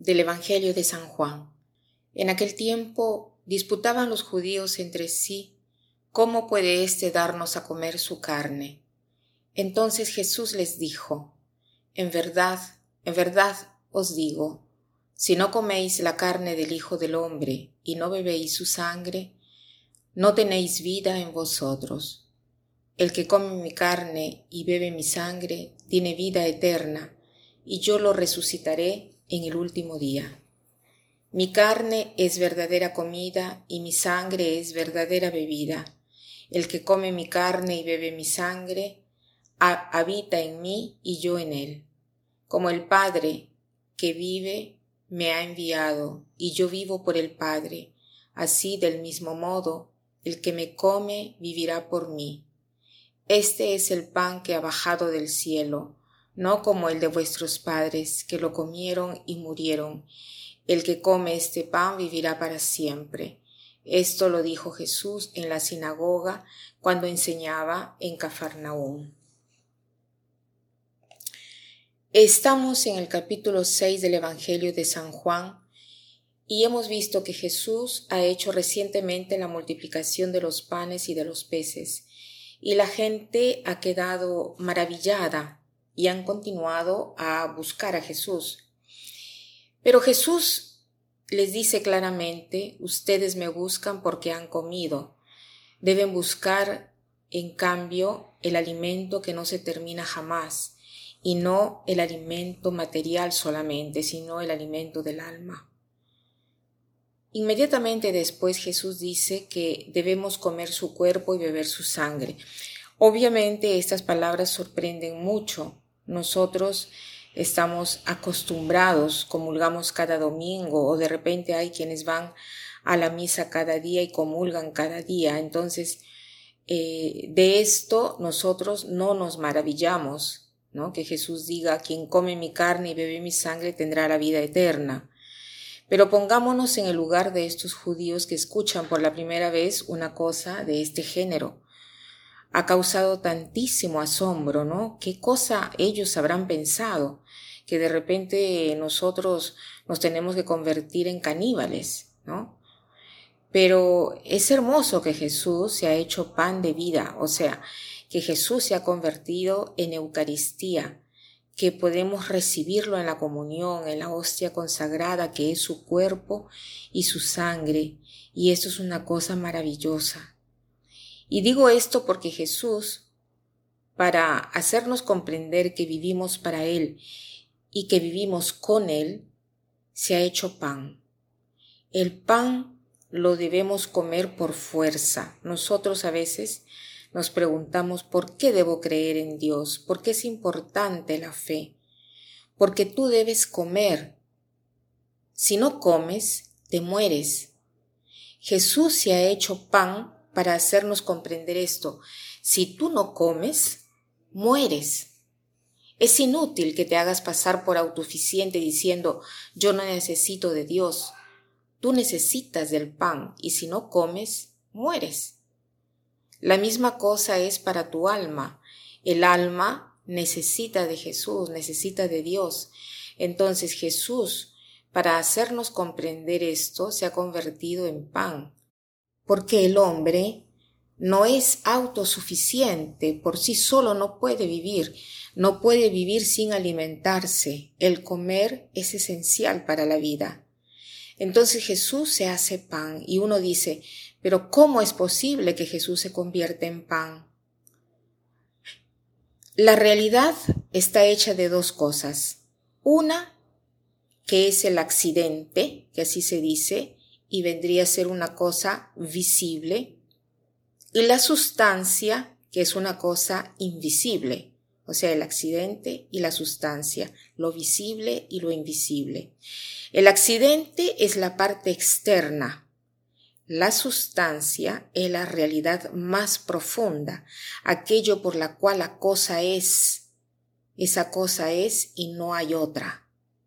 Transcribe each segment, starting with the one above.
Del Evangelio de San Juan. En aquel tiempo disputaban los judíos entre sí cómo puede éste darnos a comer su carne. Entonces Jesús les dijo: en verdad os digo, si no coméis la carne del Hijo del Hombre y no bebéis su sangre, no tenéis vida en vosotros. El que come mi carne y bebe mi sangre tiene vida eterna, y yo lo resucitaré en el último día. Mi carne es verdadera comida y mi sangre es verdadera bebida. El que come mi carne y bebe mi sangre habita en mí y yo en él. Como el Padre que vive me ha enviado y yo vivo por el Padre, así del mismo modo el que me come vivirá por mí. Este es el pan que ha bajado del cielo, no como el de vuestros padres, que lo comieron y murieron. El que come este pan vivirá para siempre. Esto lo dijo Jesús en la sinagoga cuando enseñaba en Cafarnaúm. Estamos en el capítulo 6 del Evangelio de San Juan y hemos visto que Jesús ha hecho recientemente la multiplicación de los panes y de los peces, y la gente ha quedado maravillada y han continuado a buscar a Jesús. Pero Jesús les dice claramente: ustedes me buscan porque han comido. Deben buscar, en cambio, el alimento que no se termina jamás, y no el alimento material solamente, sino el alimento del alma. Inmediatamente después Jesús dice que debemos comer su cuerpo y beber su sangre. Obviamente estas palabras sorprenden mucho. Nosotros estamos acostumbrados, comulgamos cada domingo, o de repente hay quienes van a la misa cada día y comulgan cada día. Entonces, de esto nosotros no nos maravillamos, ¿no? Que Jesús diga: quien come mi carne y bebe mi sangre tendrá la vida eterna. Pero pongámonos en el lugar de estos judíos que escuchan por la primera vez una cosa de este género. Ha causado tantísimo asombro, ¿no? ¿Qué cosa ellos habrán pensado? Que de repente nosotros nos tenemos que convertir en caníbales, ¿no? Pero es hermoso que Jesús se ha hecho pan de vida, o sea, que Jesús se ha convertido en Eucaristía, que podemos recibirlo en la comunión, en la hostia consagrada, que es su cuerpo y su sangre, y esto es una cosa maravillosa. Y digo esto porque Jesús, para hacernos comprender que vivimos para Él y que vivimos con Él, se ha hecho pan. El pan lo debemos comer por fuerza. Nosotros a veces nos preguntamos: ¿por qué debo creer en Dios? ¿Por qué es importante la fe? Porque tú debes comer. Si no comes, te mueres. Jesús se ha hecho pan para hacernos comprender esto. Si tú no comes, mueres. Es inútil que te hagas pasar por autosuficiente diciendo: yo no necesito de Dios. Tú necesitas del pan y si no comes, mueres. La misma cosa es para tu alma. El alma necesita de Jesús, necesita de Dios. Entonces Jesús, para hacernos comprender esto, se ha convertido en pan. Porque el hombre no es autosuficiente, por sí solo no puede vivir sin alimentarse. El comer es esencial para la vida. Entonces Jesús se hace pan y uno dice: pero ¿cómo es posible que Jesús se convierta en pan? La realidad está hecha de dos cosas. Una, que es el accidente, que así se dice, y vendría a ser una cosa visible, y la sustancia, que es una cosa invisible, o sea, el accidente y la sustancia, lo visible y lo invisible. El accidente es la parte externa, la sustancia es la realidad más profunda, aquello por la cual la cosa es, esa cosa es y no hay otra.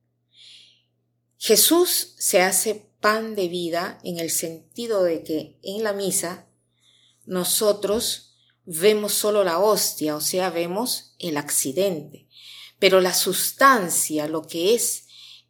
Jesús se hace pan de vida en el sentido de que en la misa nosotros vemos solo la hostia, o sea, vemos el accidente, pero la sustancia, lo que es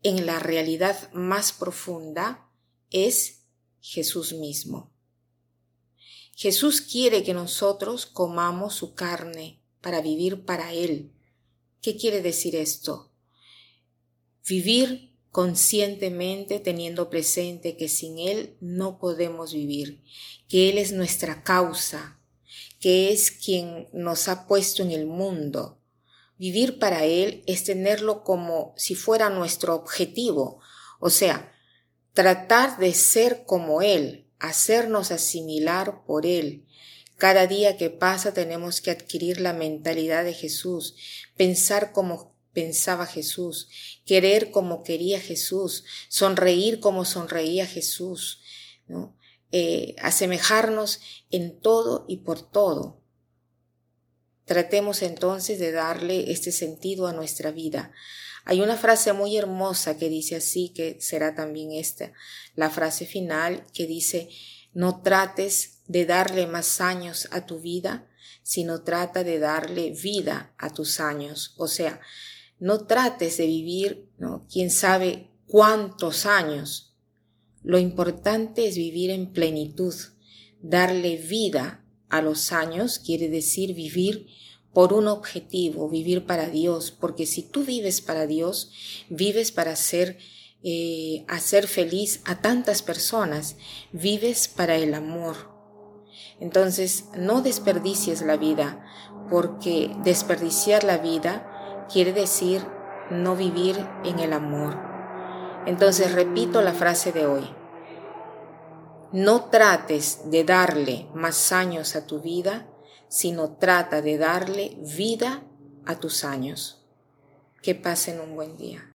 en la realidad más profunda es Jesús mismo. Jesús quiere que nosotros comamos su carne para vivir para Él. ¿Qué quiere decir esto? Vivir conscientemente teniendo presente que sin Él no podemos vivir, que Él es nuestra causa, que es quien nos ha puesto en el mundo. Vivir para Él es tenerlo como si fuera nuestro objetivo, o sea, tratar de ser como Él, hacernos asimilar por Él. Cada día que pasa tenemos que adquirir la mentalidad de Jesús, pensar como pensaba Jesús, querer como quería Jesús, sonreír como sonreía Jesús, ¿no? Asemejarnos en todo y por todo. Tratemos entonces de darle este sentido a nuestra vida. Hay una frase muy hermosa que dice así, que será también esta, la frase final, que dice: no trates de darle más años a tu vida, sino trata de darle vida a tus años. O sea, no trates de vivir, ¿no?, quién sabe cuántos años. Lo importante es vivir en plenitud. Darle vida a los años quiere decir vivir por un objetivo, vivir para Dios, porque si tú vives para Dios, vives para hacer feliz a tantas personas, vives para el amor. Entonces, no desperdicies la vida, porque desperdiciar la vida quiere decir no vivir en el amor. Entonces, repito la frase de hoy. No trates de darle más años a tu vida, sino trata de darle vida a tus años. Que pasen un buen día.